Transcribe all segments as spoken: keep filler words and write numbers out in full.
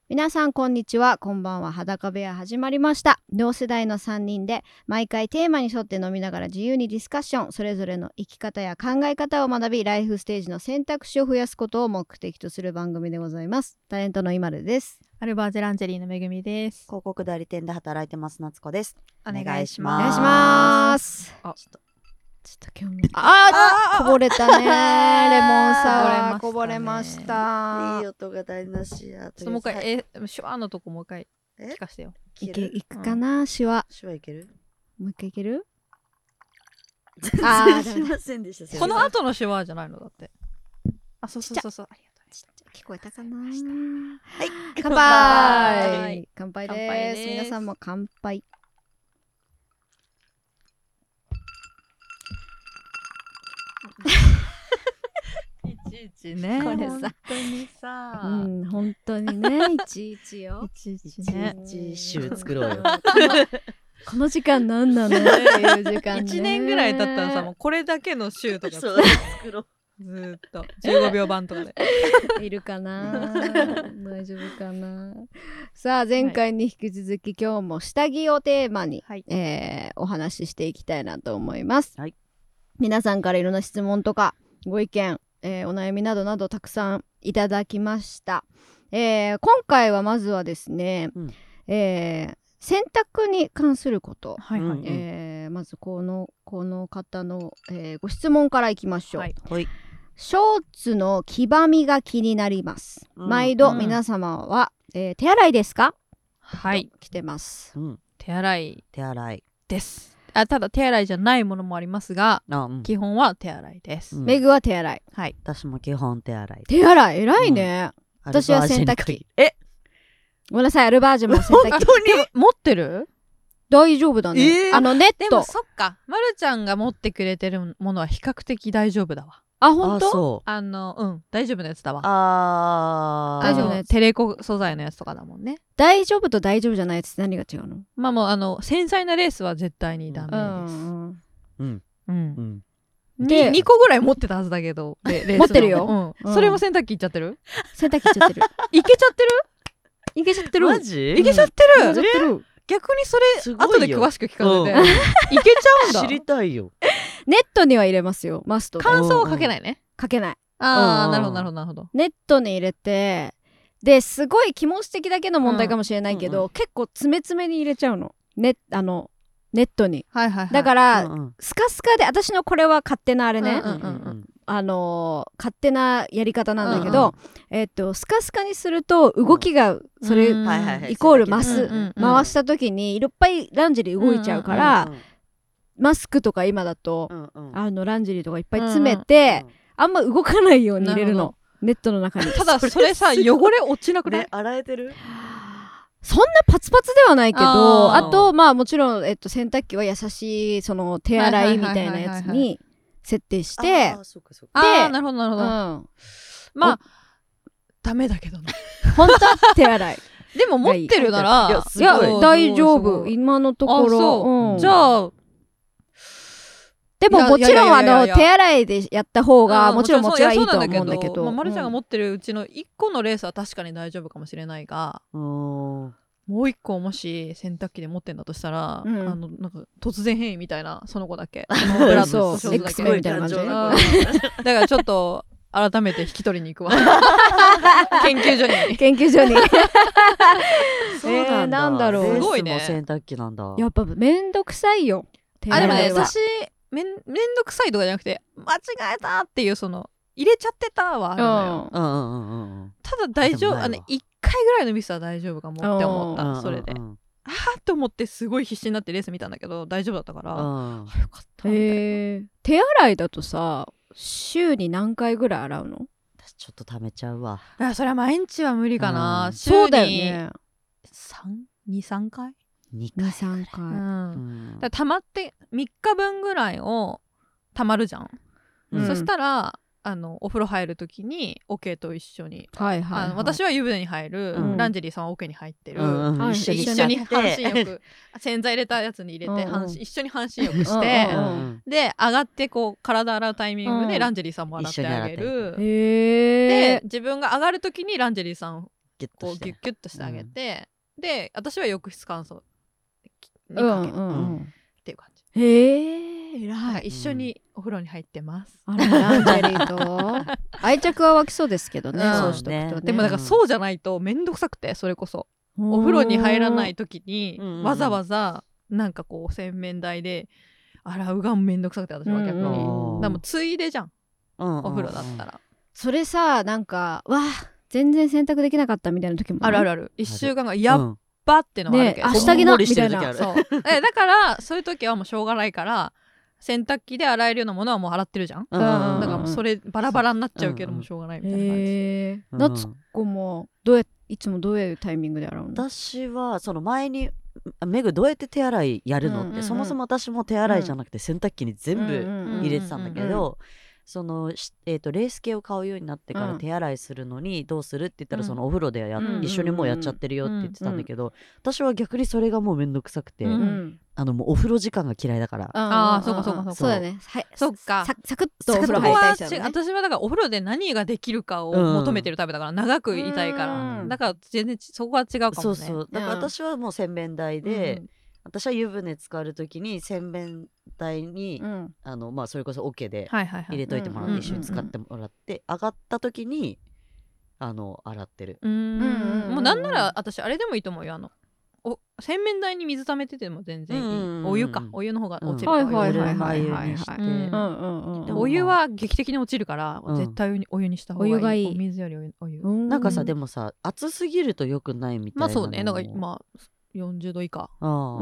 皆さんこんにちは、こんばんは。裸部屋始まりました。同世代のさんにんで毎回テーマに沿って飲みながら自由にディスカッション、それぞれの生き方や考え方を学び、ライフステージの選択肢を増やすことを目的とする番組でございます。タレントの今るです。 アルバージェランジェリーのめぐみです。 広告代理店で働いてます夏子です。 お願いします。 お願いします。 あ、ちょっとちょっと今日もあーこぼれたね。レモンサワーこぼれました。 いい音が台無しや。 ちょっともう一回、はい、え手話のとこもう一回聞かせてよ。 いけいくかな、うん、手話手話いける？ もう一回いける？ あーすいませんでした。 この後の手話じゃないのだって。あ、そうそうそうそう。ありがとう。 聞こえたかな。 はい乾杯。乾杯です。皆さんも乾杯。 いちいちね。 これさ、 本当にさ、 うん、本当にね、いちいちよ。 いちいちね。 いちいち集作ろうよ。 この時間なんなのっていう時間ね。 いちねんぐらい経ったらさ、もうこれだけの週とかそう作ろう。 ずーっとじゅうごびょう版とかでいるかな大丈夫かな。さあ前回に引き続き、今日も下着をテーマに、はい、えー、お話ししていきたいなと思います、はい、皆さんからいろんな質問とかご意見、えー、お悩みなどなどたくさんいただきました、えー、今回はまずはですね、うん、えー、洗濯に関すること、はいはい、えー、まずこのこの方の、えー、ご質問からいきましょう。はいはい、ショーツの黄ばみが気になります、うん、毎度皆様は、えー、手洗いですか？はい来てます、 うん、手洗い手洗いです。あ、ただ手洗いじゃないものもありますが、うん、基本は手洗いです、 うん、メグは手洗い。 はい、 私も基本手洗い。 手洗い偉いね、うん、私は洗濯機。 えごめんなさい、アルバージュも洗濯機本当に持ってる？ 大丈夫だね、えー、あのネット。 でもそっか、まるちゃんが持ってくれてるものは比較的大丈夫だわ。 あ、本当？ そうあのうん大丈夫なやつだわ。 あ大丈夫なやつ。 テレコ素材のやつとかだもんね。 大丈夫と大丈夫じゃないやつって何が違うの？ まあもうあの繊細なレースは絶対にダメです。 うんうんうん。 でにこぐらい持ってたはずだけどレレース持ってるよ、 うんうん、それも洗濯機いっちゃってる？ 洗濯機いっちゃってるいけちゃってる？ いけちゃってる。 マジ？ いけちゃってる、 うん、いけちゃってる。 逆にそれ後で詳しく聞かせて、うん、いけちゃうんだ。 知りたいよ。 ネットには入れますよ、マストで。 乾燥はかけないね。 かけない。 あー、なるほどなるほどなるほど。 ネットに入れて、ですごい気持ち的だけの問題かもしれないけど、うんうん、結構詰め詰めに入れちゃうの、ね、あのネットに、はいはいはい、だから、うんうん、スカスカで、私のこれは勝手なあれね、うんうんうん、あのー、勝手なやり方なんだけど、うんうん、えー、っとスカスカにすると動きがそれ、うん、イコール増す、うんうんうん、回した時にいっぱいランジェリー動いちゃうから、うんうんうん、マスクとか今だと、うんうん、あのランジェリーとかいっぱい詰めて、うんうん、あんま動かないように入れるの、ネットの中に。 ただそれさ汚れ落ちなくない？ ね、洗えてる？ そんなパツパツではないけど、 あ, あとまあもちろん、えっと、洗濯機は優しいその手洗いみたいなやつに設定して、 あ、そうかそうか。 で、 あ、なるほどなるほど、うん、まあダメだけどね本当は手洗いでも持ってるなら、 いや、いや大丈夫今のところ。 うん、じゃあでももちろんあの手洗いでやった方がもちろん持ちはいいとは思うんだけど、 まるちゃんが持ってるうちのいっこのレースは確かに大丈夫かもしれないが、うん、もういっこもし洗濯機で持ってんだとしたら、うん、あのなんか突然変異みたいな、その子だけそのブラッドそう X メンみたいな感じだからちょっと改めて引き取りに行くわ研究所に研究所にそうなんだ、えー、 なんだろう、 すごいね。洗濯機なんだ。 やっぱめんどくさいよ。 あ、でもね、私めん、めんどくさいとかじゃなくて間違えたっていう、その入れちゃってたはあるのよ、うんうんうんうん、ただ大丈夫、あのいっかいぐらいのミスは大丈夫かもって思った。それで、うんうんうん、あーって思ってすごい必死になってレース見たんだけど大丈夫だったから、うん、よかったみたいな。 へー、手洗いだとさ週に何回ぐらい洗うの？ 私ちょっと溜めちゃうわ。 いや、それは毎日は無理かな、うん、週にそうだよね、 にさんかいにかいさんかい、うん、 だ溜まってみっかぶんぐらいを溜まるじゃん、うん、そしたらあのお風呂入るときに桶と一緒に、はいはいはい、あの私は湯船に入る、うん、ランジェリーさんは桶に入ってる、うんうん、一緒に一緒に半身浴洗剤入れたやつに入れて、うんうん、一緒に半身浴して、うんうん、で上がってこう体洗うタイミングでランジェリーさんも洗ってあげる、うん、 で自分が上がるときにランジェリーさんこうギュッギュッとしてあげて、うん、で私は浴室乾燥にかける、うんうんうん、っていう感じ。 へえ、偉い。 一緒にお風呂に入ってます、 うん、あらランジェリーと愛着は湧きそうですけどね、うん、そうしとくとね。 でもだからそうじゃないとめんどくさくて、それこそお風呂に入らない時にわざわざなんかこう洗面台で洗うがめんどくさくて、私は逆に、うん、だからもうついでじゃん、うん、お風呂だったら。 それさ、なんかわ全然洗濯できなかったみたいな時もあるあるある。いっしゅうかんがやっばってのがあるけど、 ね、下着なみたいな。 そうえだからそういう時はもうしょうがないから洗濯機で洗えるようなものはもう洗ってるじゃん、うん、だからもうそれバラバラになっちゃうけどもしょうがないみたいな感じです。 夏子もどうやいつもどういうタイミングで洗うの？ 私はその前にメグどうやって手洗いやるのって、うんうんうん、そもそも私も手洗いじゃなくて洗濯機に全部入れてたんだけど、うんうんうんうん、その、えーと、レース系を買うようになってから手洗いするのにどうするって言ったら、うん、そのお風呂でや、うん、一緒にもうやっちゃってるよって言ってたんだけど、うん、私は逆にそれがもうめんどくさくて、うん、あのもうお風呂時間が嫌いだから。 ああそうかそうかそうか、 そうだね、はい、 そっか、 ササクッとお風呂入りたい人だね。 私はだからお風呂で何ができるかを求めてるタイプだから、うん、長くいたいから、だから全然そこは違うかもね。 そうそう、だから私はもう洗面台で、うん、私は湯船浸かるときに洗面台に、うん、あのまあ、それこそ桶で入れといてもらって一緒に使ってもらって上がったときにあの洗ってる。 うーん、もうなんなら私あれでもいいと思うよ。あのお洗面台に水溜めてても全然いい、うんうんうん、お湯かお湯の方が落ちるから、 うん、はいはいはいはいはい、 お湯は劇的に落ちるから、うん、絶対お湯にした方がいい。お湯がいい。お水よりお湯、 お湯なんかさでもさ熱すぎると良くないみたいな。 まあそうね、だからまあよんじゅうど以下。あ、 うん、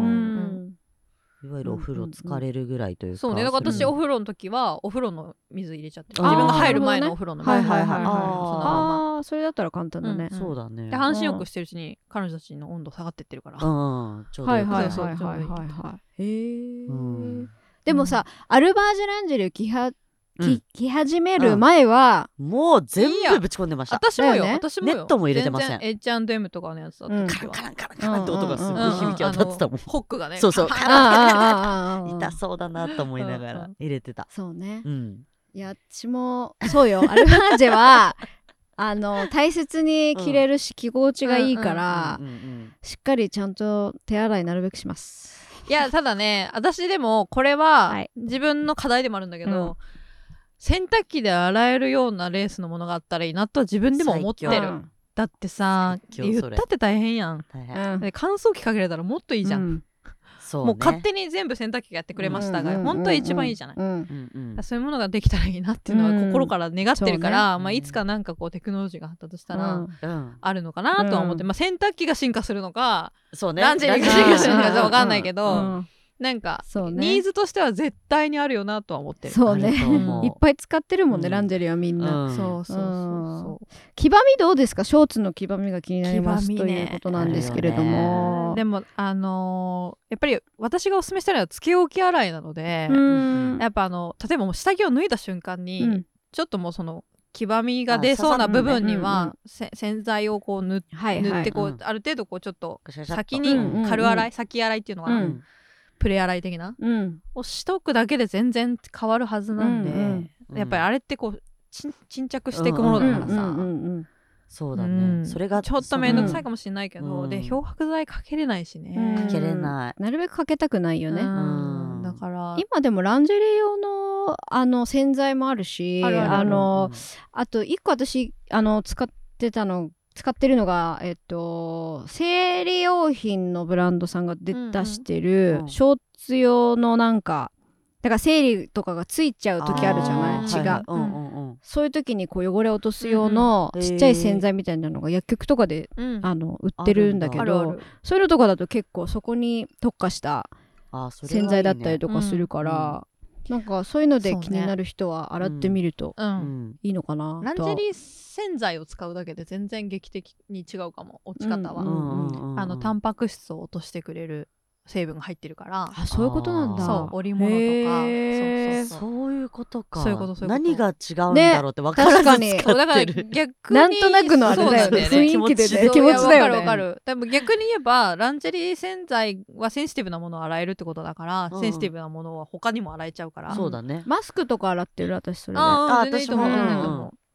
いわゆるお風呂疲れるぐらいというか、 そうね、だから私お風呂の時はお風呂の水入れちゃって、自分が入る前のお風呂の水、 はいはいはいはい、ああそれだったら簡単だね、 うん、そうだね。 で半身浴してるうちに彼女たちの温度下がってってるから、 うん、ちょうどはいはいはいはいはいへえ、うん、でもさ、アルバージュランジェル着は着、着始める前は、 うん、もう全部ぶち込んでました。 私もよ、ね、私もよ。 ネットも入れてません。 エイチアンドエム とかのやつだった時は、 カランカランカランって音がすごい響き渡ってたもん。 ホックがね、 そうそう、カランカラン痛そうだなと思いながら入れてた。 そうね、 うん、 いや私もそうよ。アルバージェはあの大切に着れるし、着心地がいいから、しっかりちゃんと手洗いなるべくします。 いやただね、私でもこれは自分の課題でもあるんだけど、うん、洗濯機で洗えるようなレースのものがあったらいいなとは自分でも思ってる。だってさ言ったって大変やん。大変で乾燥機かけれたらもっといいじゃん、うん、そうね、もう勝手に全部洗濯機がやってくれましたが、うんうんうんうん、本当は一番いいじゃない、うんうんうん、そういうものができたらいいなっていうのは心から願ってるから、うんね、まあ、いつかなんかこうテクノロジーが発達したら、うん、あるのかなとは思って、まあ、洗濯機が進化するのか、そうね、ランジェリーが進化するのか分かんないけど、うんうん、なんか、ね、ニーズとしては絶対にあるよなとは思ってる。 そうねいっぱい使ってるもんね、うん、ランジェリーはみんな、うん、そうそうそうそう。黄ばみどうですか？ショーツの黄ばみが気になります、ね、ということなんですけれども、 でもあのー、やっぱり私がおすすめしたいのはつけ置き洗いなので、やっぱあの例えばもう下着を脱いだ瞬間に、うん、ちょっともうその黄ばみが出そうな部分には、ね、洗剤をこう 塗, はいはい、塗ってこう、うん、ある程度こうちょっと先に軽洗い、うん、先洗いっていうのかな、うん、プレ洗い的な、うん、をしとくだけで全然変わるはずなんで、うんうん、やっぱりあれってこう沈着していくものだからさ、 そうだね、うん、それがちょっと面倒くさいかもしれないけど、うん、で漂白剤かけれないしね、 うん、かけれない、 なるべくかけたくないよね、うん、だから今でもランジェリー用のあの洗剤もあるし、あるあるあの、うん、あといっこ私あの使ってたの使ってるのが、えっと、生理用品のブランドさんが出してるショーツ用のなんかだから生理とかがついちゃう時あるじゃない、血が、はいはい、うんうんうん、そういう時にこう汚れ落とす用のちっちゃい洗剤みたいなのが薬局とかで、うん、あの売ってるんだけど、あるある、そういうのとかだと結構そこに特化した洗剤だったりとかするから、なんかそういうので気になる人は洗ってみるといいのかな、うんうん、 ランジェリー洗剤を使うだけで全然劇的に違うかも、落ち方は、うんうんうん、あのタンパク質を落としてくれる成分が入ってるから。 あ、そういうことなんだ。 そう、織物とか、 そうそうそう、そういうことか。そういうこと、そういうこと。何が違うんだろうって分からず使ってる、ね、 だから逆になんとなくのあれだよね、雰囲気でね、気持ちだよね。 分かる分かる。でも逆に言えばランジェリー洗剤はセンシティブなものを洗えるってことだから、うん、センシティブなものは他にも洗えちゃうから。 そうだね。 マスクとか洗ってる私それで。 ああ、全然いいと思う、全然いいと思う。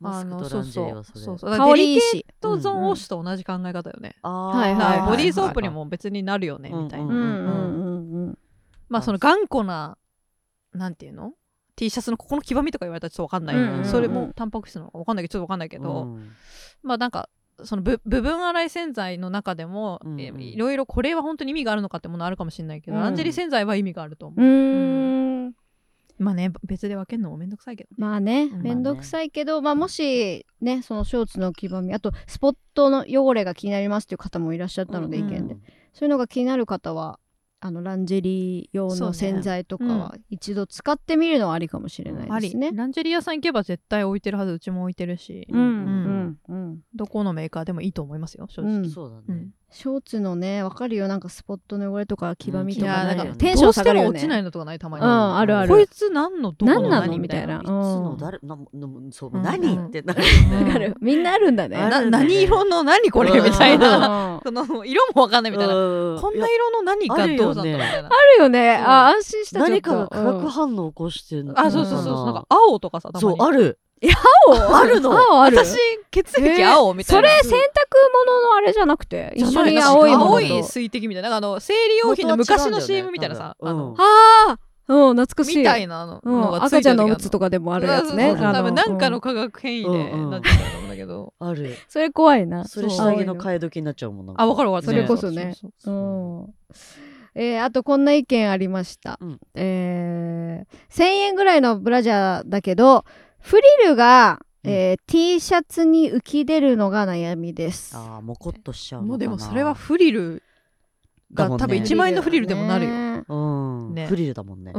マスクとランジェリーはそれそうそうそう香りいいしデリケートゾーンウォッシュと同じ考え方よね、うんうん、はいはいはい、ボディーソープにも別になるよねみたいな、まあその頑固ななんていうの T シャツのここの黄ばみとか言われたらちょっと分かんない、うんうん、それもタンパク質なのか分かんないけどちょっと分かんないけど、うん、まあなんかその部分洗い洗剤の中でも、うんうん、いろいろこれは本当に意味があるのかってものあるかもしれないけど、うん、ランジェリー洗剤は意味があると思う、うんうん、まあね別で分けるのもめんどくさいけどねまあね、うん、めんどくさいけど、まあ、もしねそのショーツの黄ばみあとスポットの汚れが気になりますっていう方もいらっしゃったので、うんうん、意見でそういうのが気になる方はあのランジェリー用の洗剤とかは一度使ってみるのはありかもしれないですね、 うん、ランジェリー屋さん行けば絶対置いてるはずうちも置いてるし、うんうんうん、どこのメーカーでもいいと思いますよ正直、うん、 そうだね、うん、 ショーツのね分かるよなんかスポットの汚れとか黄ばみとか、 うん、かテンション下がるよねどうしても落ちないのとかないたまに、うん、あるあるこいつ何のどこの何みたいな、 いつの誰なそう、うん、何、うん、ってなる、 うん、みんなあるんだねな何色の何これみたいなその色も分かんないみたいなこんな色の何がどうだったみたいなあるよねあ安心した何かが化学反応を起こしてるのあそうそうそうなんか青とかさたまにそうある青あるの青ある私血液青みたいな、 えー、それ洗濯物のあれじゃなくて一緒に青いものと青い水滴みたいななんかあの生理用品の昔の シーエム みたいなさ、 ね、あのあうん懐かしいみたいなのが赤ちゃんのおむつとかでもあるやつね多分なんかの化学変異でなってたんだけどあるそれ怖いなそれ下着の替え時になっちゃうもんあ分かる分かるそれこそねえー、あとこんな意見ありました、うんえー、せんえんぐらいのブラジャーだけどフリルが、うんえー、T シャツに浮き出るのが悩みです。 あーもこっとしちゃうのかな。 もうでもそれはフリルが、ね、多分いちまん円のフリルでもなるよ、 うんね、フリルだもんね、うん、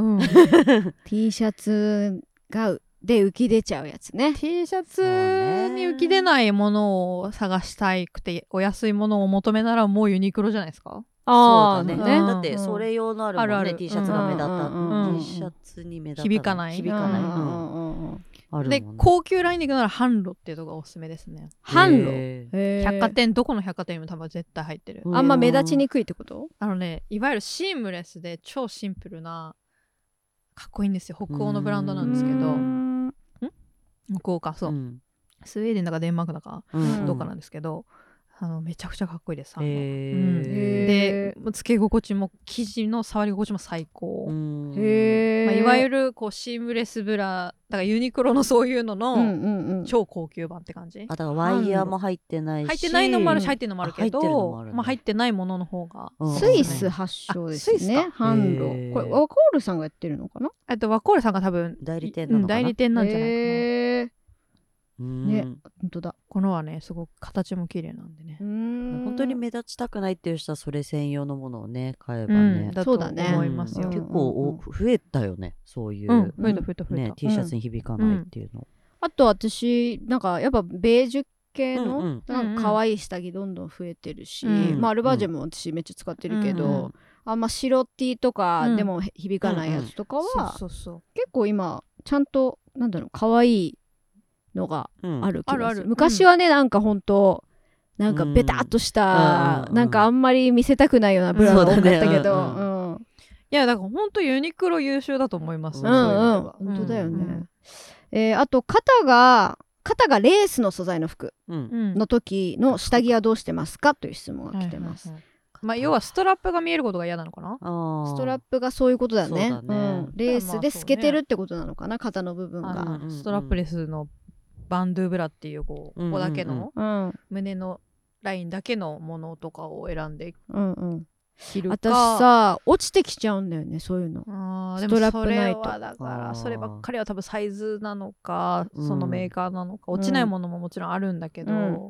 T シャツがで浮き出ちゃうやつね。 T シャツに浮き出ないものを探したいくてお安いものを求めならもうユニクロじゃないですか。 あそうだね、ね、だってそれ用のあるもんね、うん、あるある T シャツが目立った、うん、T シャツに目立たない響かない響かない、うんうんうんあるもんね、 で高級ラインで行くなら販路っていうのがおすすめですね。 販路百貨店どこの百貨店にも多分絶対入ってる。 あんま目立ちにくいってこと？ あのねいわゆるシームレスで超シンプルなかっこいいんですよ。北欧のブランドなんですけどん北欧かそう、うん、スウェーデンだかデンマークだか、うん、どうかなんですけどあのめちゃくちゃかっこいいです。へー、うん、でつけ心地も生地の触り心地も最高。へー、まあ、いわゆるこうシームレスブラだからユニクロのそういうのの超高級版って感じ、うんうんうん、 あだからワイヤーも入ってないし入ってないのもあるし入ってるのもあるけど入って、まあ、入ってないものの方が、 うん、スイス発祥ですね。販路これワコールさんがやってるのかな。 あとワコールさんが多分代理店なのかな、うん、 代理店なんじゃないかな。へーね、本当だ。 このはねすごく形も綺麗なんでね。うーん本当に目立ちたくないっていう人はそれ専用のものをね買えばね、 うん、そうだね思いますよ、 うん、結構増えたよねそういう、うん、 増えた増えた増えた、 ね、T シャツに響かないっていうの、うん、 あと私なんかやっぱベージュ系の、うんうん、なんか可愛い下着どんどん増えてるし、うん、まあアルバージェも私めっちゃ使ってるけど、うんうん、あんま白 T とかでも響かないやつとかは結構今ちゃんとなんだろう可愛いのがある気がする、うん、あるある昔はねなんかほんとなんかベタっとした、うん、なんかあんまり見せたくないようなブランドだったけど、うんうんうん、 いやだからほんとユニクロ優秀だと思います、 うんうん、本当だよね、うんえー、あと肩が肩がレースの素材の服の時の下着はどうしてますかという質問が来てます、はいはいはいまあ、要はストラップが見えることが嫌なのかな。 ストラップがそういうことだよ ね, だね、 うん、レースで透けてるってことなのかな、肩の部分が。 ストラップレスのバンドゥブラっていうこうここだけの、うんうんうん、胸のラインだけのものとかを選んで着るか、 うんうん、私さ落ちてきちゃうんだよねそういうの。 あストラップないとそれはだからそればっかりは多分サイズなのかそのメーカーなのか、うん、落ちないものももちろんあるんだけど、うん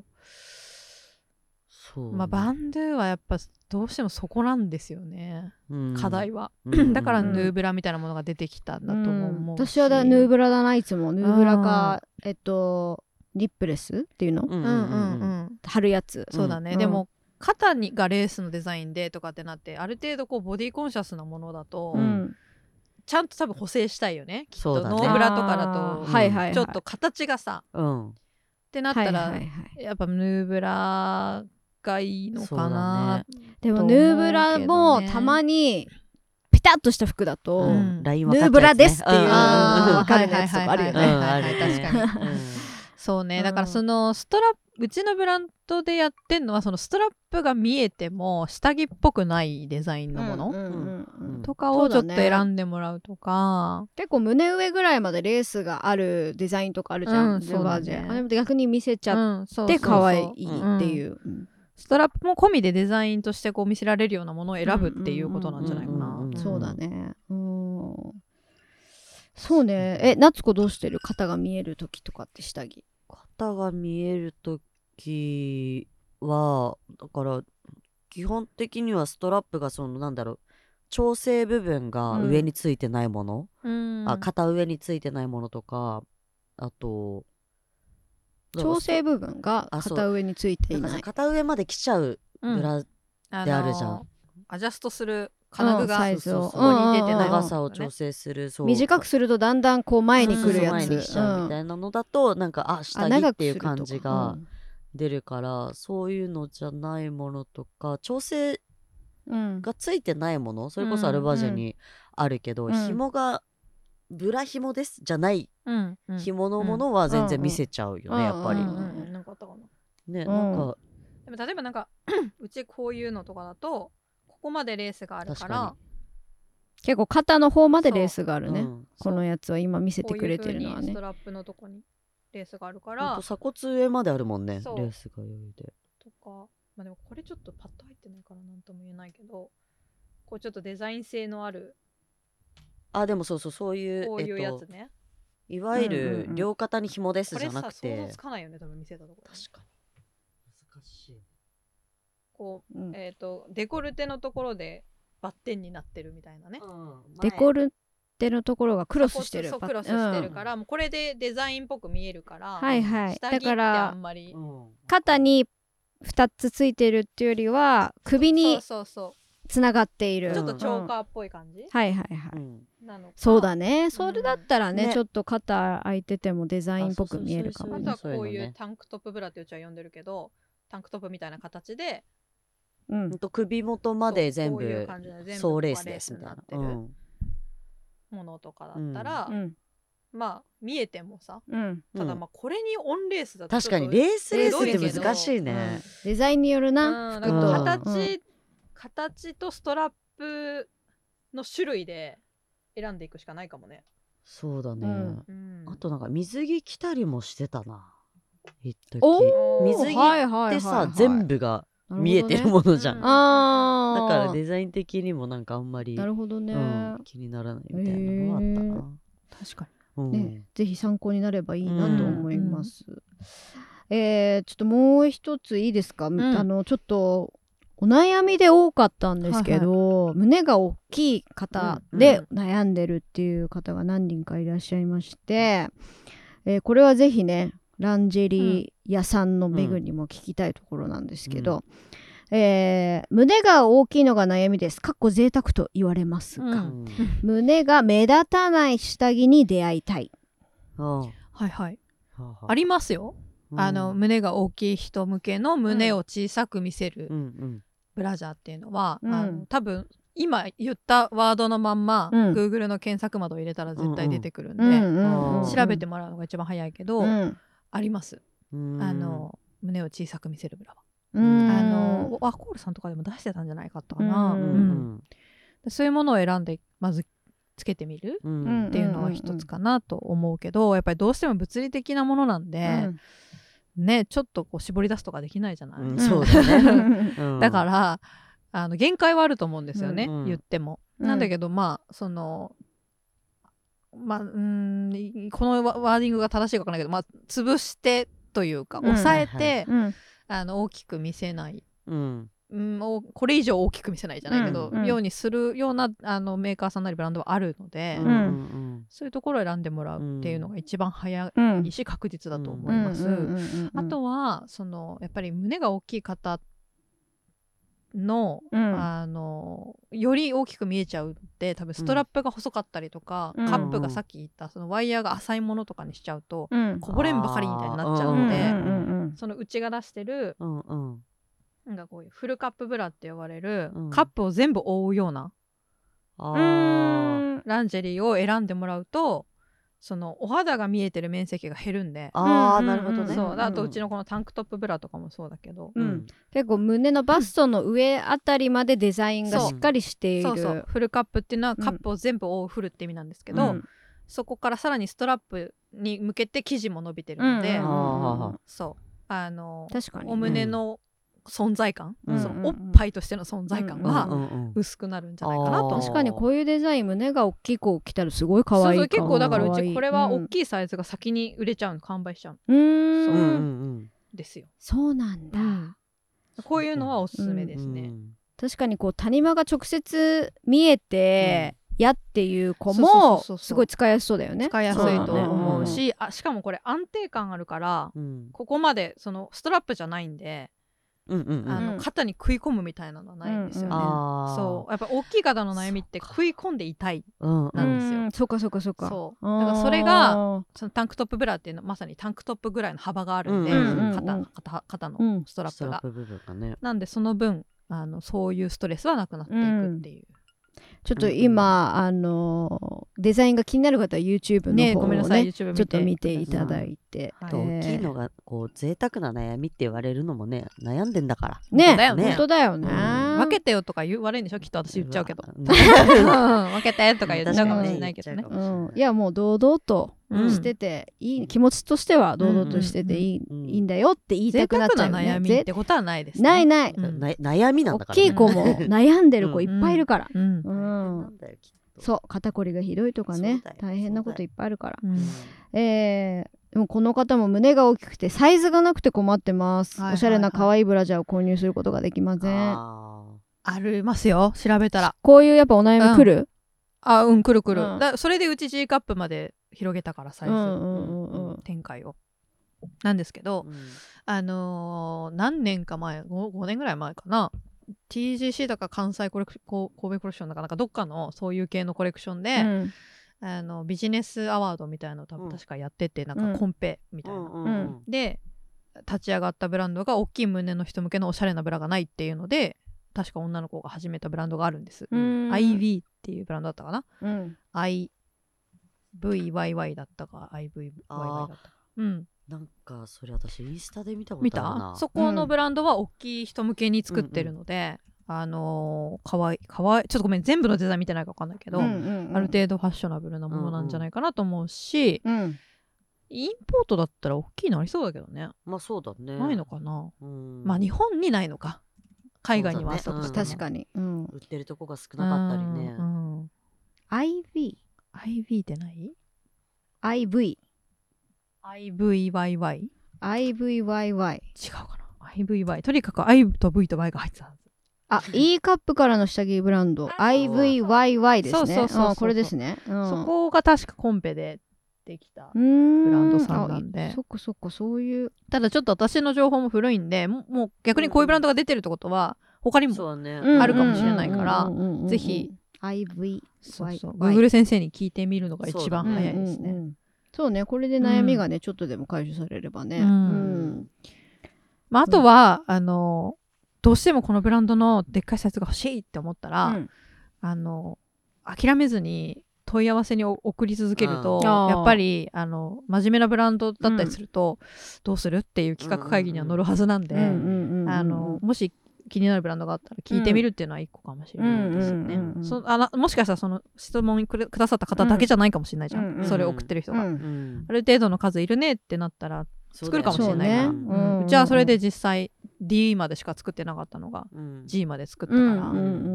そうまあ、バンドゥはやっぱどうしてもそこなんですよね、うん、課題は、うん、だからヌーブラみたいなものが出てきたんだと思う、うん、 私はだヌーブラだないつもヌーブラかえっとリップレスっていうの、うんうんうん、貼るやつ、 そうだね、うん、でも肩にがレースのデザインでとかってなってある程度こうボディコンシャスなものだと、うん、ちゃんと多分補正したいよねきっと、ね、ノーブラとかだと、はいはいはい、ちょっと形がさ、うん、ってなったら、はいはいはい、やっぱヌーブラがいいのかな、 ね、でもヌーブラもたまにピタッとした服だと、うん、ヌーブラですっていう分かるやつとかあるよね。確かに、うん、 そうね、だからそのストラップ、うちのブランドでやってんのはそのストラップが見えても下着っぽくないデザインのもの、うんうんうん、とかをちょっと選んでもらうとか、 ね、結構胸上ぐらいまでレースがあるデザインとかあるじゃん、うん、そうだね、あれも逆に見せちゃって可愛いっていう、 ストラップも込みでデザインとしてこう見せられるようなものを選ぶっていうことなんじゃないかな。 そうだね、うん、そうね。え、夏子どうしてる？肩が見える時とかって下着。 肩が見える時はだから基本的にはストラップがそのなんだろう調整部分が上についてないもの、うん、あ肩上についてないものとか、あと調整部分が肩上についていない。 肩上まで来ちゃうブラであるじゃん、うんあのー、 アジャストする金具がサイズをここに出てない、 長さを調整する、 そう短くするとだんだんこう前に来るやつ、 前に来ちゃうみたいなのだと、うん、なんかあ下着っていう感じが出るから、うん、そういうのじゃないものとか調整がついてないもの、それこそアルバージェにあるけど、うん、紐がブラ紐ですじゃない紐のものは全然見せちゃうよね、やっぱり。 なんかあったかなね、なんかでも例えばなんかうちこういうのとかだとここまでレースがあるから結構肩の方までレースがあるね、うん、このやつは今見せてくれてるのはね、こういう風にストラップのとこにレースがあるから鎖骨上まであるもんね、レースが余裕でとか、まあ、でもこれちょっとパッと入ってないからなんとも言えないけど、こうちょっとデザイン性のあるあでもそうそうそういうこういうやつね、 えっと、いわゆる両肩に紐ですじゃなくて、 これさ想像つかないよね多分見せたところ。 確かに難しい。 こう、うん、えっ、ー、とデコルテのところでバッテンになってるみたいなね、 うん、デコルテのところがクロスしてる、 そうクロスしてるから、うん、もうこれでデザインっぽく見えるから、 はいはい、 下着ってあんまりだから肩にふたつついてるっていうよりは首につながっている、 ちょっとチョーカーっぽい感じ、うん、 はいはいはい、うん、なのかそうだね、それだったらね、うん、ちょっと肩開いててもデザインっぽく見えるかもね。 あとはこういうタンクトップブラってうちは呼んでるけど、タンクトップみたいな形でうん、と首元まで全部総レースですみたいなものとかだったら、うん、まあ見えてもさ、うん、ただまあこれにオンレースだと確かにレースレースって難しいね、うん、 デザインによるな、 うん、だから形、うん、形とストラップの種類で選んでいくしかないかもね。 そうだね、うん、あとなんか水着着たりもしてたな一時。水着ってさ、はいはいはいはい、全部が見えてるものじゃん、ね、うん、あだからデザイン的にもなんかあんまりなるほどね、うん、 気にならないみたいなのはあったな。 確かに、うんね、ぜひ参考になればいいなと思います、うんえー、ちょっともう一ついいですか、うん、あのちょっとお悩みで多かったんですけど、はいはい、胸が大きい方で悩んでるっていう方が何人かいらっしゃいまして、うんえー、これはぜひねランジェリー屋さんのメグにも聞きたいところなんですけど、うんえー、胸が大きいのが悩みです。かっこ贅沢と言われますが、うん、胸が目立たない下着に出会いたい。 はいはい。ありますよ。あの胸が大きい人向けの胸を小さく見せるブラジャーっていうのは、うん、あの多分今言ったワードのまんま、うん、Google の検索窓を入れたら絶対出てくるんで、うんうん、調べてもらうのが一番早いけど、うんあります。あの胸を小さく見せるブラは。あのワコールさんとかでも出してたんじゃないかったかな。うんうんうん、そういうものを選んでまずつけてみる、うん、っていうのは一つかなと思うけど、やっぱりどうしても物理的なものなんで、うん、ねちょっとこう絞り出すとかできないじゃない。うん、そうだね。だからあの限界はあると思うんですよね、うんうん、言っても。なんだけどまあそのまあ、うんこのワーディングが正しいか分からないけど、まあ、潰してというか、うん、抑えて、はいはい、あの大きく見せない、うんうん、これ以上大きく見せないじゃないけど、うん、ようにするようなあのメーカーさんなりブランドはあるので、うん、そういうところを選んでもらうっていうのが一番早いし確実だと思います。あとはそのやっぱり胸が大きい方の、うん、あのより大きく見えちゃうって多分ストラップが細かったりとか、うん、カップがさっき言ったそのワイヤーが浅いものとかにしちゃうと、うん、こぼれんばかりみたいになっちゃうので、うん、その内が出してる、うんうん、なんかこういうフルカップブラって呼ばれる、うん、カップを全部覆うような、うん、ランジェリーを選んでもらうとそのお肌が見えてる面積が減るんで、 ああ、なるほどね。 そうあとうちのこのタンクトップブラとかもそうだけど、 うん、結構胸のバストの上あたりまでデザインがしっかりしている、 そうそうそうフルカップっていうのはカップを全部覆うフルって意味なんですけど、うん、そこからさらにストラップに向けて生地も伸びてるので、うんうんうん、そうあの確かにお胸の存在感、うん、そのおっぱいとしての存在感が薄くなるんじゃないかなと、うんうんうん、 確かにこういうデザイン胸が大きい子着たらすごい可愛い。そうそう結構だからうちこれは大きいサイズが先に売れちゃうの、完売しちゃうの。うーんそう、うんうん、ですよ。 そうなんだ、うん、 こういうのはおすすめですね、うんうん、 確かにこう谷間が直接見えて、うんやっていう子もすごい使いやすそうだよね。 使いやすいと思うし、うん、あしかもこれ安定感あるから、うん、ここまでそのストラップじゃないんで、うんうんうん、あの肩に食い込むみたいなのはないんですよね、うんうん、そうやっぱ大きい方の悩みって食い込んで痛いなんですよ、うんうん、 そうかそうかそうかそうだからそれがそのタンクトップブラっていうのはまさにタンクトップぐらいの幅があるんで、うんうんうん、肩, 肩, 肩のストラップが、うんね、なんでその分あのそういうストレスはなくなっていくっていう、うんちょっと今、うん、あのデザインが気になる方は YouTube の方を ね, ねちょっと見ていただいて、 うんはい、大きいのがこう贅沢な悩みって言われるのもね悩んでんだからね本当だよね、うん、 分けてよとか言う悪いんでしょきっと私言っちゃうけど、うん、分けてとか言っちゃうかもしれないけどね、 うん、いやもう堂々としてていい、うん、気持ちとしては堂々としてていい、うんうん、いいんだよって言いたくなっちゃうよね。 贅沢な悩みってことはないですね。 ないない、 うん、な悩みなんだから、ね、 大きい子も悩んでる子いっぱいいるから、 うんうんうん、そう肩こりがひどいとかね大変なこといっぱいあるから、うんえー、でもこの方も胸が大きくてサイズがなくて困ってます、はいはいはい、おしゃれな可愛いブラジャーを購入することができません。 あありますよ調べたらこういうやっぱお悩み来る、うん、 あうん来る来る、うん、だそれでうち G カップまで広げたからサイズ、うんうんうんうん、展開をなんですけど、うん、あのー、何年か前 5, ごねんぐらい前かな ティージーシー だか関西コレク神戸コレクションだかなんかどっかのそういう系のコレクションで、うん、あのビジネスアワードみたいなのを多分確かやってて、うん、なんかコンペみたいな、うん、で立ち上がったブランドが大きい胸の人向けのおしゃれなブラがないっていうので確か女の子が始めたブランドがあるんです、うん、アイブイ っていうブランドだったかな、うん、アイブイワイワイ だったか アイブイワイワイ だったかうんなんかそれ私インスタで見たことあるな。 見た？そこのブランドは大きい人向けに作ってるので、うんうん、あのー、かわいいかわいいちょっとごめん全部のデザイン見てないか分かんないけど、うんうんうん、ある程度ファッショナブルなものなんじゃないかなと思うし、うんうん、インポートだったら大きいのありそうだけどね。 まあそうだね。 ないのかな、うん、まあ日本にないのか海外にはあったとしても、 ねうん、確かに、うん、 売ってるとこが少なかったりね、うんうん、 アイブイアイブイ ってない？ アイブイアイブイワイワイアイブイワイワイ違うかな アイブイワイ とにかく I と V と Y が入ってたはず。 あ、E カップからの下着ブランド アイブイワイワイ ですね。そうそうそうそう、これですね、 うん、そこが確かコンペでできたブランドさんなんで。 そっかそっかそういう。 ただちょっと私の情報も古いんでもう逆にこういうブランドが出てるってことは他にもあるかもしれないからぜひアイブイワイ Google 先生に聞いてみるのが一番早いですね。 そう、うんうん、そうねこれで悩みがね、うん、ちょっとでも解消されればね、うんうんまあ、あとは、うん、あのどうしてもこのブランドのでっかいサイズが欲しいって思ったら、うん、あの諦めずに問い合わせに送り続けると、うん、やっぱりあの真面目なブランドだったりすると、うん、どうするっていう企画会議には乗るはずなんでもし気になるブランドがあったら聞いてみるっていうのは一個かもしれないですよね。もしかしたらその質問くださった方だけじゃないかもしれないじゃん、うん、それを送ってる人が、うん、ある程度の数いるねってなったら作るかもしれないから、う、ねうん、うちはそれで実際 D までしか作ってなかったのが G まで作ったから、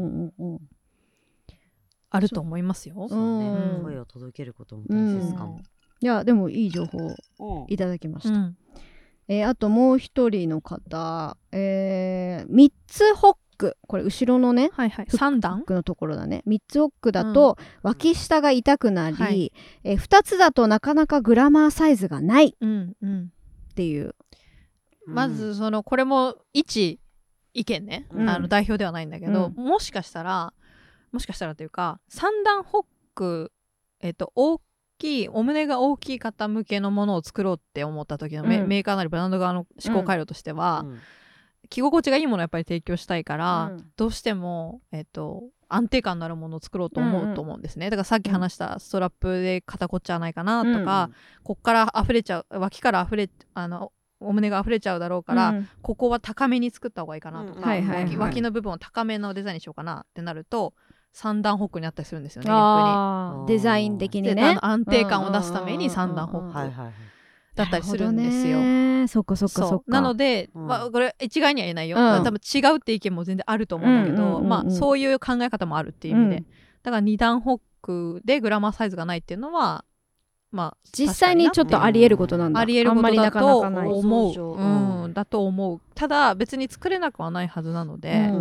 あると思いますよ。 そうね、うん、声を届けることも大切かも、うん、いやでもいい情報いただきました、うんえー、あともう一人の方、えー、みっつホックこれ後ろのね、 はいはい、さん段フックのところだねみっつホックだと脇下が痛くなり、うんはいえー、ふたつだとなかなかグラマーサイズがないっていう、 うんうん、まずそのこれも一意見ね、うん、あの代表ではないんだけど、うん、もしかしたらもしかしたらというかさん段ホック、えー、と大きいお胸が大きい方向けのものを作ろうって思った時の メ,、うん、メーカーなりブランド側の思考回路としては、うん、着心地がいいものをやっぱり提供したいから、うん、どうしても、えー、と安定感のあるものを作ろうと思うと思うんですね、うんうん、だからさっき話したストラップで肩こっちゃわないかなとか、うん、こっから溢れちゃう脇から溢れあのお胸が溢れちゃうだろうから、うん、ここは高めに作った方がいいかなとか、うんはいはいはい、脇の部分を高めのデザインにしようかなってなると三段ホックにあったりするんですよね。逆にデザイン的にね安定感を出すために三段ホックだったりするんですよ。ね、 そっかそっかそっか。 なので、うんまあ、これ一概には言えないよ、うん、多分違うって意見も全然あると思うんだけど、うんうんうんうん、まあ、そういう考え方もあるっていう意味で、うん、だから二段ホックでグラマーサイズがないっていうのはまあ、 実際にちょっとありえることなんだ。 ありえることだと思う、うん、だと思う。ただ別に作れなくはないはずなので、うん、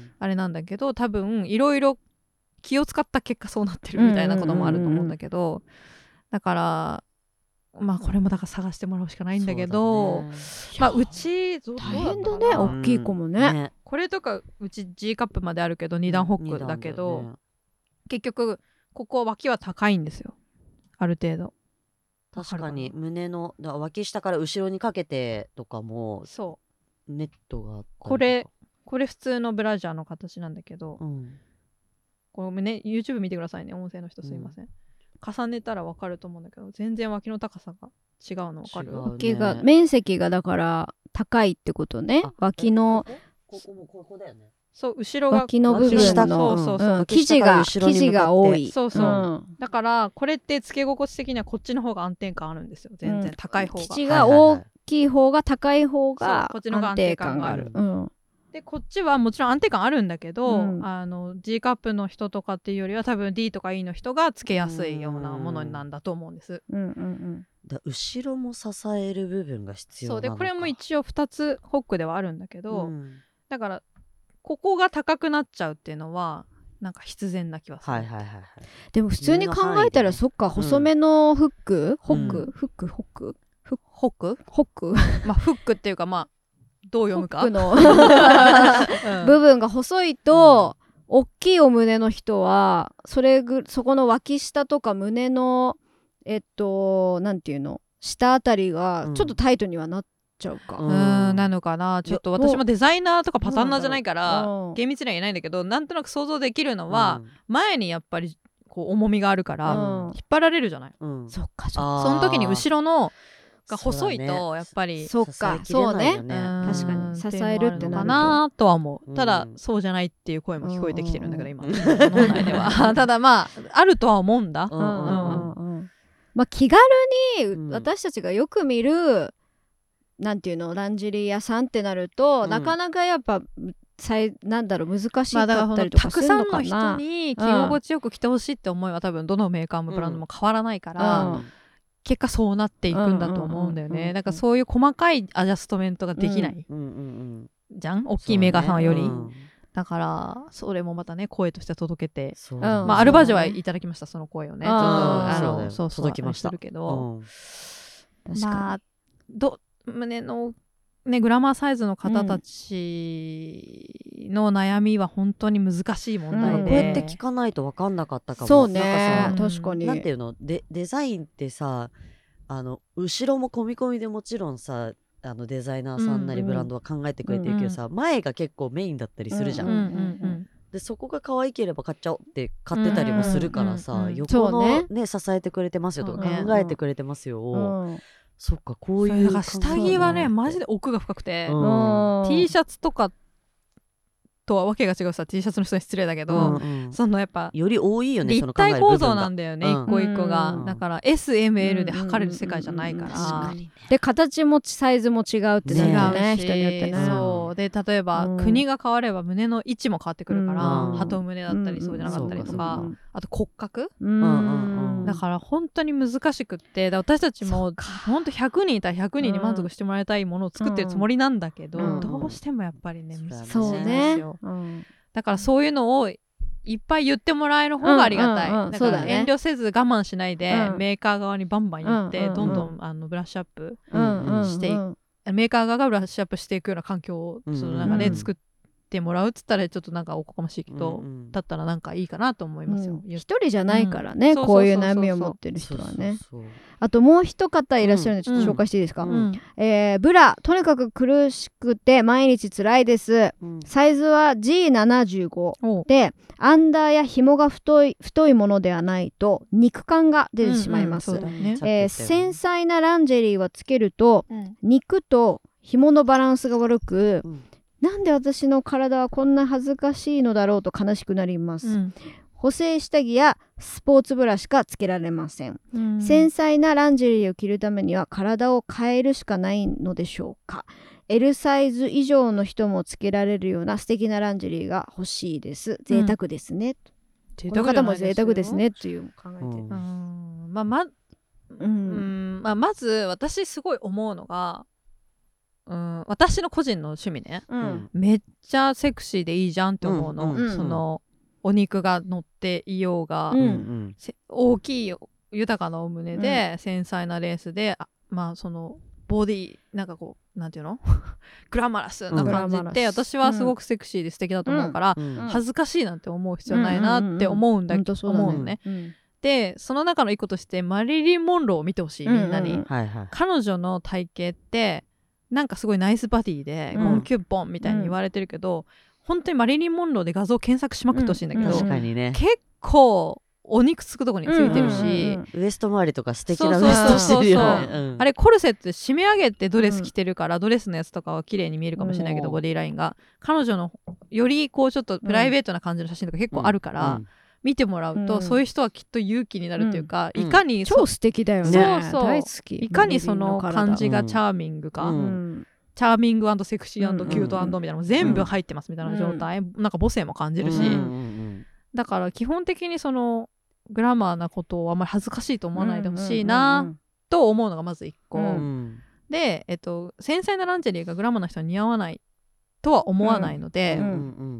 あれなんだけど多分いろいろ気を使った結果そうなってるみたいなこともあると思うんだけど、うんうんうんうん、だからまあこれもだから探してもらうしかないんだけど、ね、まあうち大変だね、大きい子もね、ね。 これとかうち G カップまであるけどに段ホックだけど、うん、ね、結局ここ脇は高いんですよ、ある程度。 確かに胸のだ脇下から後ろにかけてとかもそうネットがあったりとか、 これこれ普通のブラジャーの形なんだけど、うん、これね YouTube 見てくださいね、音声の人すいません、うん、重ねたら分かると思うんだけど全然脇の高さが違うの分かる、ね、 脇が面積がだから高いってことね。脇のここもここだよね。 そう後ろが脇の部分のそうそうそう、うん、 生地が生地が多い。 そうそう、うん、だからこれってつけ心地的にはこっちの方が安定感あるんですよ、全然、うん、高い方が。 生地が大きい方が高い方が安定感がある。うん、 でこっちはもちろん安定感あるんだけど、うん、あの G カップの人とかっていうよりは多分 D とか E の人がつけやすいようなものなんだと思うんです。うんうんうん、 だ後ろも支える部分が必要なのか。 そうでこれも一応ふたつホックではあるんだけど、うん、だからここが高くなっちゃうっていうのはなんか必然な気はする、はいはいはいはい、 でも普通に考えたら、ね、そっか細めのフック、うん、ホック、うん、フックホックフッホックホックまあフックっていうかまあどう読むかホックの部分が細いと、うん、大きいお胸の人はそれぐそこの脇下とか胸のえっとなんていうの下あたりがちょっとタイトにはなってちゃうか、 うん、うんなのかな。ちょっと私もデザイナーとかパタンナーじゃないから厳密には言えないんだけど、なんとなく想像できるのは、うん、前にやっぱりこう重みがあるから、うん、引っ張られるじゃない、うん、 そっかそっか。 その時に後ろのが細いとやっぱりそっかそうね、確かに支えるってなるかなとは思う、うん、ただそうじゃないっていう声も聞こえてきてるんだけど、今脳内ではただまああるとは思うんだ、うんうんうんうん、まあ気軽に私たちがよく見るなんていうのランジェリー屋さんってなると、うん、なかなかやっぱなんだろう難しかったりとかするのかな、 まあ、たくさんの人に着心地よく着てほしいって思いは多分どのメーカーもブランドも変わらないから、うん、結果そうなっていくんだと思うんだよね。だからそういう細かいアジャストメントができない、うんうんうん、じゃん大きいメーカーさんはより、ね、うん、だからそれもまたね声として届けて、うんまあ、アルバージュはいただきました、その声をねちょっとあのそうそう届きましたけど、うん、まあど胸の、ね、グラマーサイズの方たちの悩みは本当に難しい問題で、うん、 こうやって聞かないと分かんなかったかも。 そうね、なんかさ確かになんていうの デ, デザインってさあの後ろも込み込みでもちろんさあのデザイナーさんなりブランドは考えてくれてるけどさ、うんうん、前が結構メインだったりするじゃん、うんうんうん、でそこが可愛ければ買っちゃおうって買ってたりもするからさ、うんうんうん、横の、ねね、支えてくれてますよとか、ね、考えてくれてますよ、うんうんそっかこういう下着はねマジで奥が深くて、うん、T シャツとかとはわけが違うさ T シャツの人に失礼だけど、うんうん、そのやっぱより多いよね、 立体構造なんだよね、一個一個が、うん、だから エスエムエル で測れる世界じゃないから、うんうんうん、 で形もサイズも違うってなるね、人によってね。 そうで例えば、うん、国が変われば胸の位置も変わってくるから、うん、鳩胸だったり、うん、そうじゃなかったりとか、うん、あと骨格、うん、だから本当に難しくって、だ私たちも本当ひゃくにんいたらひゃくにんに満足してもらいたいものを作ってるつもりなんだけど、うん、どうしてもやっぱりね難しいんですよ、うん、だからそういうのをいっぱい言ってもらえる方がありがたい、うんうんうん、だから遠慮せず我慢しないで、うん、メーカー側にバンバン言って、うんうんうん、どんどんあのブラッシュアップしていく、うんうんうん、メーカー側がブラッシュアップしていくような環境を、うん、そのなんかね、作っててもらうっつったらちょっとなんかおこがましいけど、うんうん、だったらなんかいいかなと思いますよ。 一、うん、人じゃないからね、うん、こういう悩みを持ってる人はね。 そうそうそうそう、 あともう一方いらっしゃるのでちょっと紹介していいですか。うん、えー、ブラとにかく苦しくて毎日つらいです、うん、サイズは ジーななじゅうご でアンダーや紐が太い太いものではないと肉感が出てしまいます。繊細なランジェリーはつけると、うん、肉と紐のバランスが悪く、うん、なんで私の体はこんな恥ずかしいのだろうと悲しくなります、うん、補正下着やスポーツブラしかつけられません、うん、繊細なランジェリーを着るためには体を変えるしかないのでしょうか。 L サイズ以上の人もつけられるような素敵なランジェリーが欲しいです。贅沢ですね、うん、この方も贅沢ですねっていう考えてる、うん、 まあまうんうんまあ、まず私すごい思うのが、うん、私の個人の趣味ね、うん、めっちゃセクシーでいいじゃんって思うの、うんうん、そのお肉が乗っていようが、うん、大きい豊かなお胸で、うん、繊細なレースで、あまあそのボディなんかこうなんていうのグラマラスな感じって、うん、私はすごくセクシーで素敵だと思うから、うん、恥ずかしいなんて思う必要ないなって思うんだけど、思うのね、うん、でその中の一個としてマリリン・モンローを見てほしい、みんなに、うんうん、彼女の体型ってなんかすごいナイスバディで、うん、キュッポンみたいに言われてるけど、うん、本当にマリリン・モンローで画像検索しまくってほしいんだけど、うんうん、ね、結構お肉つくとこについてるし、うんうんうん、 ウエスト周りとか素敵なウエストしてるよね、うん、 あれコルセットで締め上げてドレス着てるから、うん、ドレスのやつとかは綺麗に見えるかもしれないけど、ボディラインが彼女のよりこうちょっとプライベートな感じの写真とか結構あるから、うんうん、見てもらうと、うん、そういう人はきっと勇気になるというか、うん、いかに超素敵だよね、 そうそう大好き、 いかにその感じがチャーミングか、うん、チャーミング&セクシー&キュート&みたいなのも全部入ってますみたいな状態、うん、なんか母性も感じるし、うんうんうん、だから基本的にそのグラマーなことをあんまり恥ずかしいと思わないでほしいなと思うのがまず一個、うん、で、えっと、繊細なランジェリーがグラマーな人は似合わないとは思わないので、うんうん、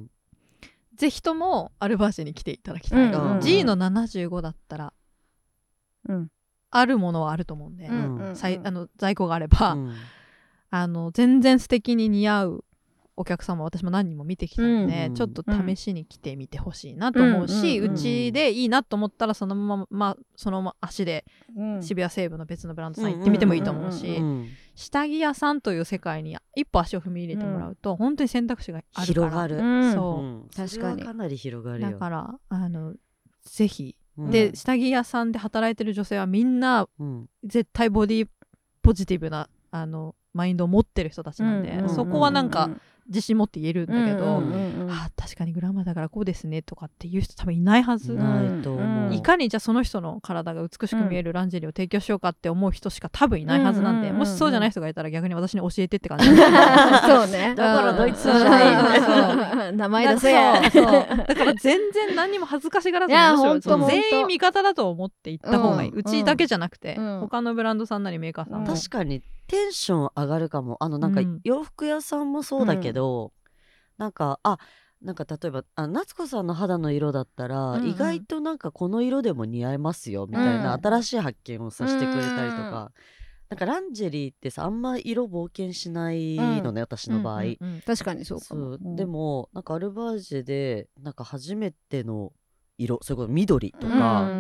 ぜひともアルバージェに来ていただきたい、うんうん、ジー のななじゅうごだったら、うん、あるものはあると思うんで、うんうん、あの在庫があれば、うん、あの全然素敵に似合うお客様私も何人も見てきたので、うん、ちょっと試しに来てみてほしいなと思うし、うんうんうん、うちでいいなと思ったらそのまま、まあ、そのまま足で渋谷西部の別のブランドさん行ってみてもいいと思うし、下着屋さんという世界に一歩足を踏み入れてもらうと、うん、本当に選択肢があるから広がる、 うん、そう、 うん、確かにかなり広がるよ。 だからあのぜひ、うん、で下着屋さんで働いてる女性はみんな、うん、絶対ボディポジティブなあのマインドを持ってる人たちなんで、うんうんうんうん、そこはなんか自信持って言えるんだけど、うんうんうん、あ確かにグラマーだからこうですねとかっていう人多分いないはず、 ないと思う。 いかにじゃあその人の体が美しく見えるランジェリーを提供しようかって思う人しか多分いないはずなんで、うんうんうん、もしそうじゃない人がいたら逆に私に教えてって感じそうね、 だからドイツじゃない名前出せやだから全然何にも恥ずかしがらずにむしろ全員味方だと思っていった方がいい、うん、うちだけじゃなくて、うん、他のブランドさんなりメーカーさんも、 確かにテンション上がるかも。あのなんか洋服屋さんもそうだけど、うん、なんかあなんか例えばあ夏子さんの肌の色だったら、うんうん、意外となんかこの色でも似合いますよみたいな、うん、新しい発見をさせてくれたりとか、うん、なんかランジェリーってさあんま色冒険しないのね、うん、私の場合、うんうんうん、確かにそうかも。 そう、うん、でもなんかアルバージェでなんか初めての色、それこそ緑とか、うん、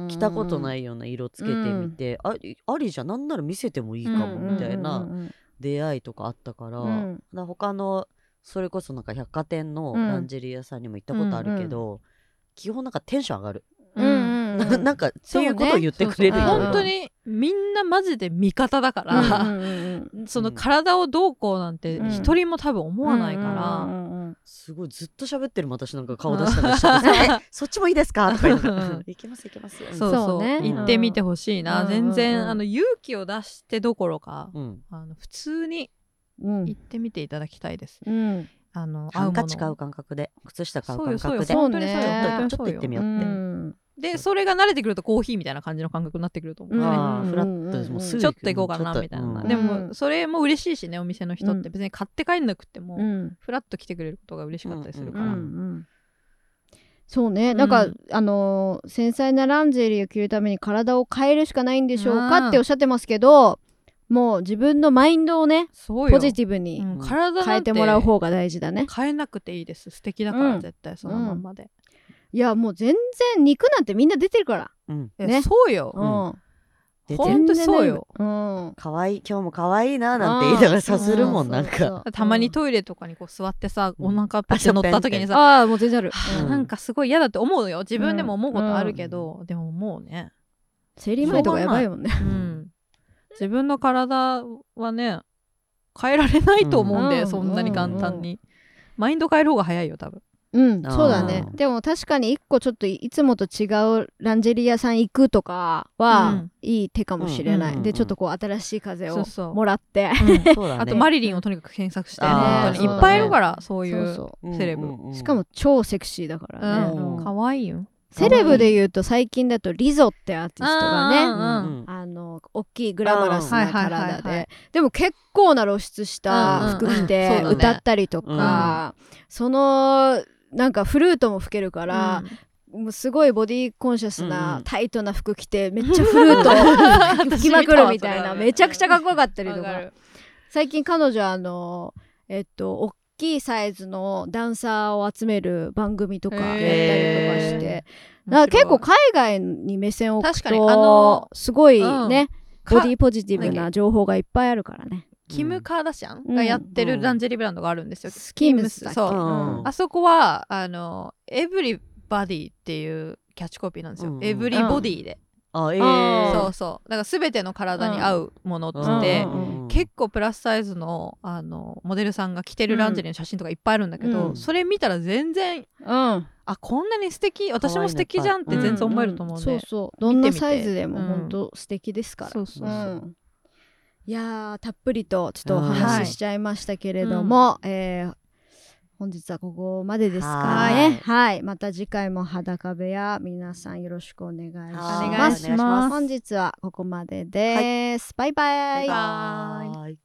着たことないような色つけてみて、うん、あ, ありじゃん、なんなら見せてもいいかもみたいな出会いとかあったから、うん、だから他のそれこそなんか百貨店のランジェリー屋さんにも行ったことあるけど、うん、基本なんかテンション上がる、うん、な, なんかそういうことを言ってくれるよ、 ね、本当にみんなマジで味方だから、うんうんうん、その体をどうこうなんて一人も多分思わないから、うんうんうんうん、 すごいずっと喋ってるも私なんか顔出したりしてえそっちもいいですかとか言って行けます行けますそうそう、そうね、行ってみてほしいな、うん、全然、うんうん、あの勇気を出してどころか、うん、あの普通に行ってみていただきたいです、うん、あのハンカチ買う感覚で靴下買う感覚でそうよそうよ、本当にそうよ、 ちょっと行ってみようって、うん、 でそれが慣れてくるとコーヒーみたいな感じの感覚になってくると思う、ね、 あフラットもうすぐちょっと行こうかなみたいな、うん、でもそれも嬉しいしね、お店の人って別に買って帰んなくても、うん、フラッと来てくれることが嬉しかったりするから、うんうんうん、 そうね、なんか、うん、あのー、繊細なランジェリーを着るために体を変えるしかないんでしょうかっておっしゃってますけど、 もう自分のマインドをねポジティブに変えてもらう方が大事だね。 変えなくていいです。素敵だから、うん、絶対そのまんまで、うん、 いやもう全然肉なんてみんな出てるから、 うんね、そうよ、 うんほんとそうよ、 うん、 かわいい今日もかわいいななんて言いながらさするもん、なんかたまにトイレとかにこう座ってさ、うん、お腹ペッて乗った時にさ、 ああもう全然ある、 うん、なんかすごい嫌だって思うよ。自分でも思うことあるけど、うん、でももうね生理前とかやばいもんね、 うん、自分の体はね変えられないと思うんで、うん、そんなに簡単に、うん、マインド変える方が早いよ多分。 うんそうだね。でも確かに一個ちょっといつもと違うランジェリー屋さん行くとかは、うん、いい手かもしれない、うん、でちょっとこう新しい風をもらって、 うんね、あとマリリンをとにかく検索して、本当にいっぱいいるからそういうセレブ、 そうそうしかも超セクシーだからね、 うん、かわいいよ。 セレブでいうと最近だとリゾってアーティストがね、あ, あの大きいグラマラスな体ででも結構な露出した服着て歌ったりとか、うん、そのなんかフルートも吹けるから、うん、もうすごいボディコンシャスなタイトな服着てめっちゃフルート吹きまくるみたいなめちゃくちゃかっこよかったりとか最近彼女あのえっと大きいサイズのダンサーを集める番組とかやったりとかしてなんか結構海外に目線を置くとあのすごいね、うん、ボディポジティブな情報がいっぱいあるからね。 キム・カーダシャンがやってるランジェリーブランドがあるんですよ、うん、 スキムスだっけ。 そう、うん、あそこはあのエブリバディっていうキャッチコピーなんですよ、うん、エブリボディで、 うん、あえー、 そうそうだから全ての体に合うものっつって、うん、結構プラスサイズ の, あのモデルさんが着てるランジェリーの写真とかいっぱいあるんだけど、うん、それ見たら全然、うん、あこんなに素敵私も素敵じゃんって全然思えると思うんで、 うんうん、そうそうどんなサイズでも本当素敵ですから、 そうそうそう、うんいやーたっぷりとちょっとお話ししちゃいましたけれども、うんえー、本日はここまでですかね。はい、また次回も裸部屋皆さんよろしくお願いします。 お願いします。 本日はここまでです。はい、バイバイ。 バイバイ。